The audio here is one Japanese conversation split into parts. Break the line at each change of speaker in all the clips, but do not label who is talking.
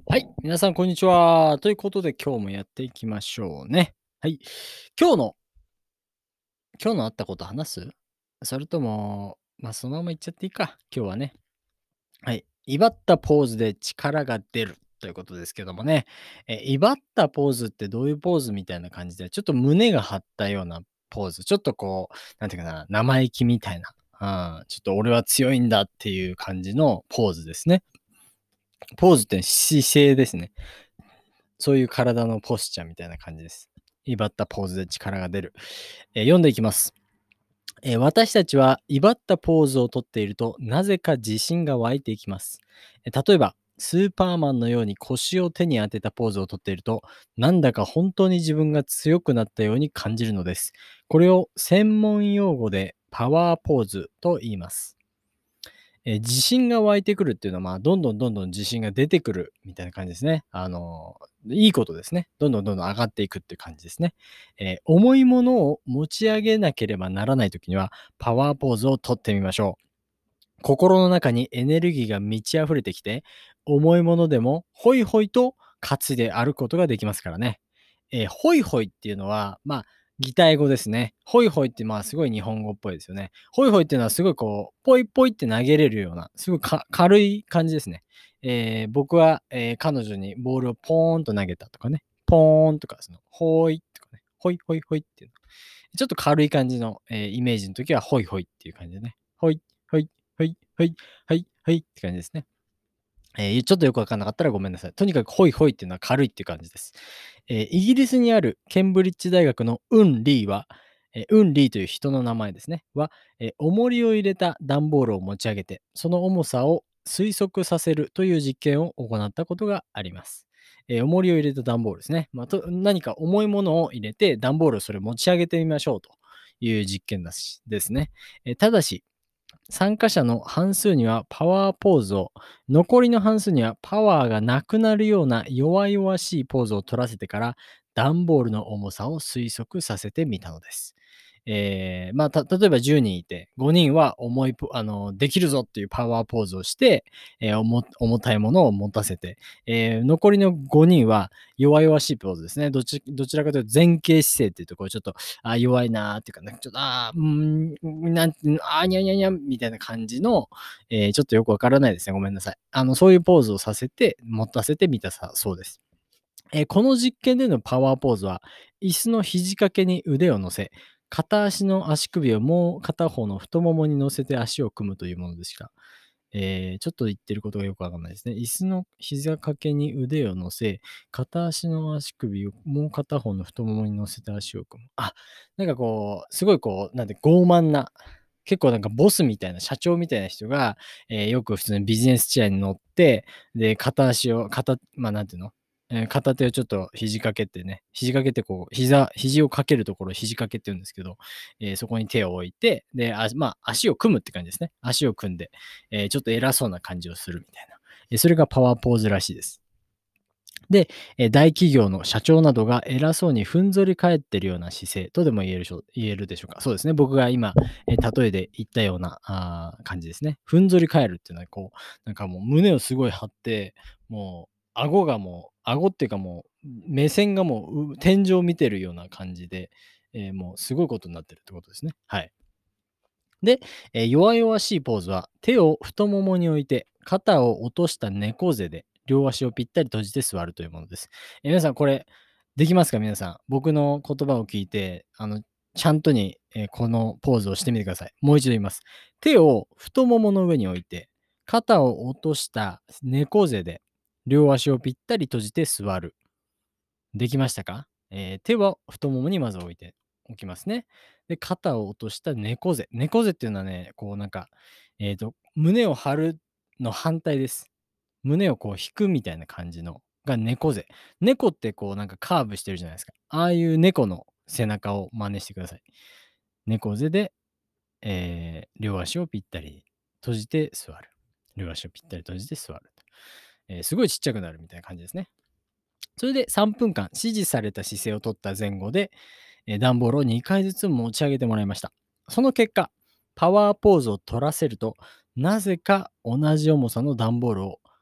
はい、皆さんこんにちは。ということで今日もやっていきましょうね。はい。今日の今日のあったこと話す？それとも、そのまま言っちゃっていいか、今日はね。はい。威張ったポーズで力が出るということですけどもね。威張ったポーズってどういうポーズみたいな感じで、ちょっと胸が張ったようなポーズ、ちょっとこう、なんていうかな、生意気みたいな、ちょっと俺は強いんだっていう感じのポーズですね。ポーズって姿勢ですね。そういう体のポスチャーみたいな感じです。威張ったポーズで力が出る。読んでいきます。私たちは威張ったポーズをとっていると、なぜか自信が湧いていきます。例えば、スーパーマンのように腰を手に当てたポーズをとっていると、なんだか本当に自分が強くなったように感じるのです。これを専門用語でパワーポーズと言います。自信が湧いてくるっていうのは、どんどん自信が出てくるみたいな感じですね。いいことですね。どんどん上がっていくっていう感じですね。重いものを持ち上げなければならない時には、パワーポーズをとってみましょう。心の中にエネルギーが満ち溢れてきて、重いものでもホイホイと担いで歩くことができますからね。ホイホイっていうのは、擬態語ですね。ホイホイってすごい日本語っぽいですよね。ホイホイっていうのはすごいこう、ポイポイって投げれるような、すごい軽い感じですね。僕は、彼女にボールをポーンと投げたとかね、ポーンとか、ホイとかね、ホイホイホイっていうの。ちょっと軽い感じの、イメージの時はホイホイっていう感じでね。ホイ、ホイ、ホイ、ホイ、ホイ、ホイって感じですね。ちょっとよくわかんなかったらごめんなさい。とにかくホイホイっていうのは軽いっていう感じです。イギリスにあるケンブリッジ大学のウン・リーは、ウン・リーという人の名前ですね。は、重りを入れた段ボールを持ち上げて、その重さを推測させるという実験を行ったことがあります。重りを入れた段ボールですね。何か重いものを入れて、段ボールをそれ持ち上げてみましょうという実験ですね。ただし、参加者の半数にはパワーポーズを、残りの半数にはパワーがなくなるような弱々しいポーズを取らせてから、段ボールの重さを推測させてみたのです。例えば10人いて、5人は重いできるぞっていうパワーポーズをして、重たいものを持たせて、残りの5人は弱々しいポーズですね。どちらかというと前傾姿勢っていうところ、ちょっと、弱いなーっていうかね、ちょっと、なんて、にゃにゃにゃみたいな感じの、ちょっとよくわからないですね。ごめんなさい。そういうポーズをさせて、持たせてみたそうです。この実験でのパワーポーズは、椅子の肘掛けに腕を乗せ、片足の足首をもう片方の太ももに乗せて足を組むというものでした。ちょっと言ってることがよくわかんないですね。椅子の膝掛けに腕を乗せ、片足の足首をもう片方の太ももに乗せて足を組む。なんかこう、すごいこう、なんで傲慢な、結構なんかボスみたいな、社長みたいな人が、よく普通にビジネスチェアに乗って、で、片足を、なんていうの片手をちょっと肘掛けてね、肘掛けてこう、肘を掛けるところを肘掛けって言うんですけど、そこに手を置いて、で、足を組むって感じですね。足を組んで、ちょっと偉そうな感じをするみたいな。それがパワーポーズらしいです。で、大企業の社長などが偉そうにふんぞり返ってるような姿勢とでも言えるでしょうか。そうですね。僕が今、例えで言ったような感じですね。ふんぞり返るっていうのは、こう、なんかもう胸をすごい張って、もう、顎っていうかもう、目線がもう、天井を見てるような感じで、もうすごいことになってるってことですね。はい。で、弱々しいポーズは、手を太ももに置いて、肩を落とした猫背で、両足をぴったり閉じて座るというものです。皆さんこれ、できますか？皆さん。僕の言葉を聞いて、ちゃんとに、このポーズをしてみてください。もう一度言います。手を太ももの上に置いて、肩を落とした猫背で、両足をぴったり閉じて座る。できましたか？手は太ももにまず置いておきますね。で、肩を落とした猫背。猫背っていうのはね、こうなんか、胸を張るの反対です。胸をこう引くみたいな感じのが猫背。猫ってこうなんかカーブしてるじゃないですか。ああいう猫の背中を真似してください。猫背で、両足をぴったり閉じて座る。両足をぴったり閉じて座る。すごいちっちゃくなるみたいな感じですね。それで3分間指示された姿勢を取った前後で、段ボールを2回ずつ持ち上げてもらいました。その結果、パワーポーズを取らせると、なぜか同じ重さの段ボールを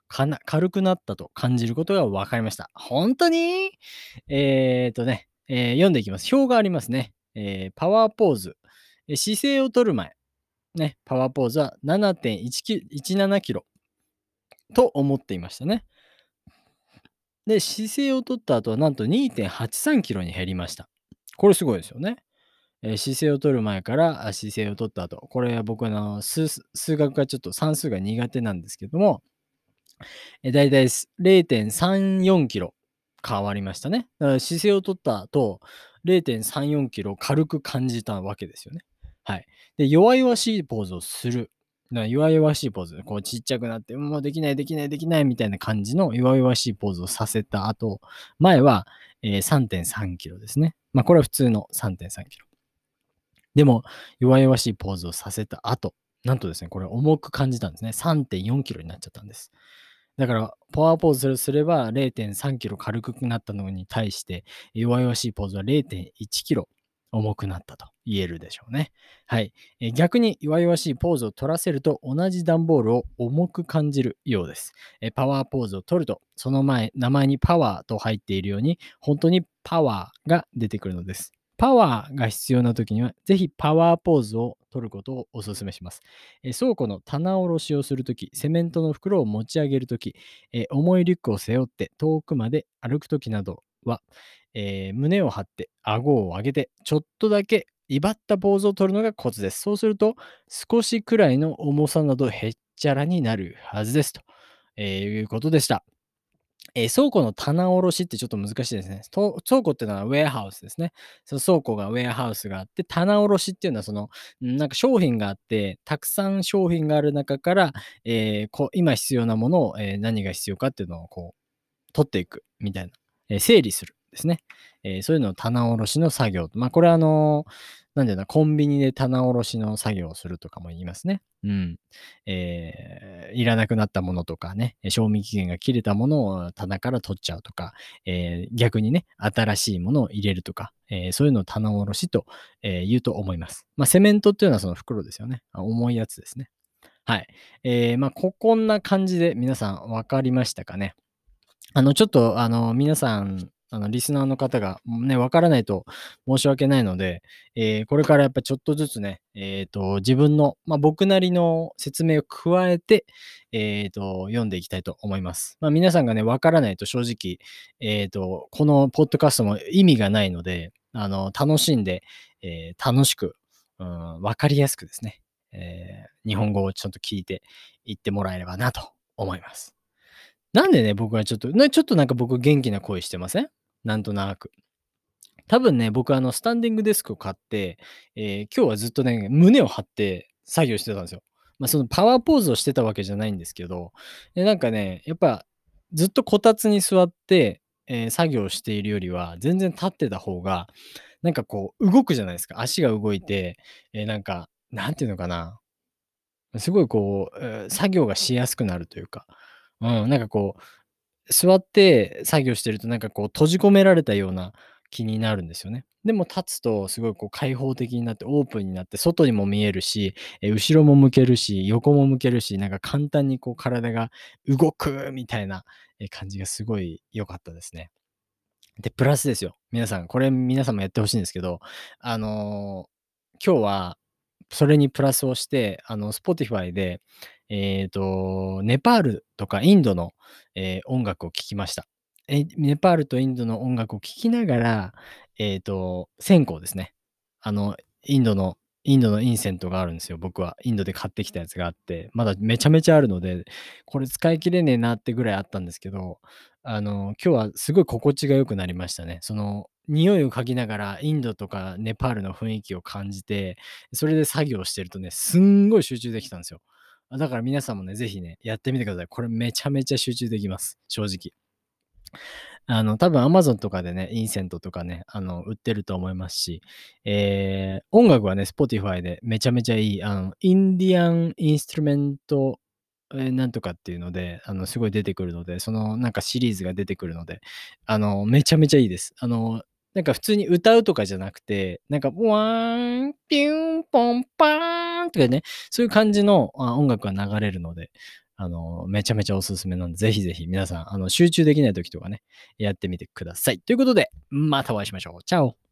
軽くなったと感じることが分かりました。本当に？読んでいきます。表がありますね。パワーポーズ。姿勢を取る前、ね、パワーポーズは7.17キロと思っていましたね。で、姿勢を取った後はなんと2.83キロに減りました。これすごいですよね。姿勢を取る前から姿勢を取った後、これは僕数学がちょっと算数が苦手なんですけども、だいたい0.34キロ変わりましたね。だから姿勢を取った後、0.34キロ軽く感じたわけですよね。はい。で、弱々しいポーズをする。弱々しいポーズ、こうちっちゃくなって、もうできないできないできないみたいな感じの弱々しいポーズをさせた後、前は、3.3キロですね。これは普通の3.3キロ。でも、弱々しいポーズをさせた後、なんとですね、これ重く感じたんですね。3.4キロになっちゃったんです。だから、パワーポーズをすれば0.3キロ軽くなったのに対して、弱々しいポーズは0.1キロ重くなったと言えるでしょうね。はい。逆に弱々しいポーズを取らせると同じ段ボールを重く感じるようです。パワーポーズを取ると、その名前にパワーと入っているように、本当にパワーが出てくるのです。パワーが必要な時には、ぜひパワーポーズを取ることをお勧めします。倉庫の棚卸しをするとき、セメントの袋を持ち上げるとき、重いリュックを背負って遠くまで歩くときなどは、胸を張って顎を上げて、ちょっとだけ威張ったポーズを取るのがコツです。そうすると、少しくらいの重さなどへっちゃらになるはずですと、いうことでした。倉庫の棚卸しってちょっと難しいですね。倉庫っていうのはウェアハウスですね。その倉庫がウェアハウスがあって、棚卸しっていうのはなんか商品があって、たくさん商品がある中から、今必要なものを、何が必要かっていうのをこう取っていくみたいな、整理するですね。そういうのを棚卸しの作業。これはなんだよな、コンビニで棚卸しの作業をするとかも言いますね。うん。いらなくなったものとかね、賞味期限が切れたものを棚から取っちゃうとか、逆にね、新しいものを入れるとか、そういうのを棚卸しと、言うと思います。セメントっていうのはその袋ですよね。重いやつですね。はい。こんな感じで皆さん分かりましたかね。ちょっと、皆さん、リスナーの方が、ね、わからないと申し訳ないので、これからやっぱちょっとずつね、自分の、僕なりの説明を加えて、読んでいきたいと思います。皆さんがね、わからないと正直、このポッドキャストも意味がないので、楽しんで、楽しく、わかりやすくですね、日本語をちょっと聞いていってもらえればなと思います。なんでね、僕はちょっとなんか僕元気な声してません？なんとなく。多分ね、僕スタンディングデスクを買って、今日はずっとね、胸を張って作業してたんですよ。そのパワーポーズをしてたわけじゃないんですけど、なんかね、やっぱずっとこたつに座って、作業しているよりは、全然立ってた方が、なんかこう動くじゃないですか。足が動いて、なんか、なんていうのかな、すごいこう、作業がしやすくなるというか、なんかこう座って作業してるとなんかこう閉じ込められたような気になるんですよね。でも立つとすごいこう開放的になってオープンになって外にも見えるし、後ろも向けるし、横も向けるし、なんか簡単にこう体が動くみたいな感じがすごい良かったですね。で、プラスですよ。皆さん、これ皆さんもやってほしいんですけど、あの、今日はそれにプラスをして、Spotify で、ネパールとかインドの、音楽を聴きました。ネパールとインドの音楽を聴きながら、線香ですね。あの、インドのインドのインセントがあるんですよ、僕は。インドで買ってきたやつがあって、まだめちゃめちゃあるので、これ使い切れねえなってぐらいあったんですけど、今日はすごい心地が良くなりましたね。その、匂いを嗅ぎながらインドとかネパールの雰囲気を感じて、それで作業してるとね、すんごい集中できたんですよ。だから皆さんもね、ぜひね、やってみてください。これめちゃめちゃ集中できます、正直。多分 Amazon とかでね、インセントとかね、売ってると思いますし、音楽はね、Spotify でめちゃめちゃいい、インディアンインストゥルメント、なんとかっていうので、すごい出てくるので、そのなんかシリーズが出てくるので、めちゃめちゃいいです。なんか普通に歌うとかじゃなくて、なんか、ワーン、ピューン、ポンパーンとかね、そういう感じの音楽が流れるので、 めちゃめちゃおすすめなんで、ぜひぜひ皆さん、集中できない時とかね、やってみてください。ということで、またお会いしましょう。チャオ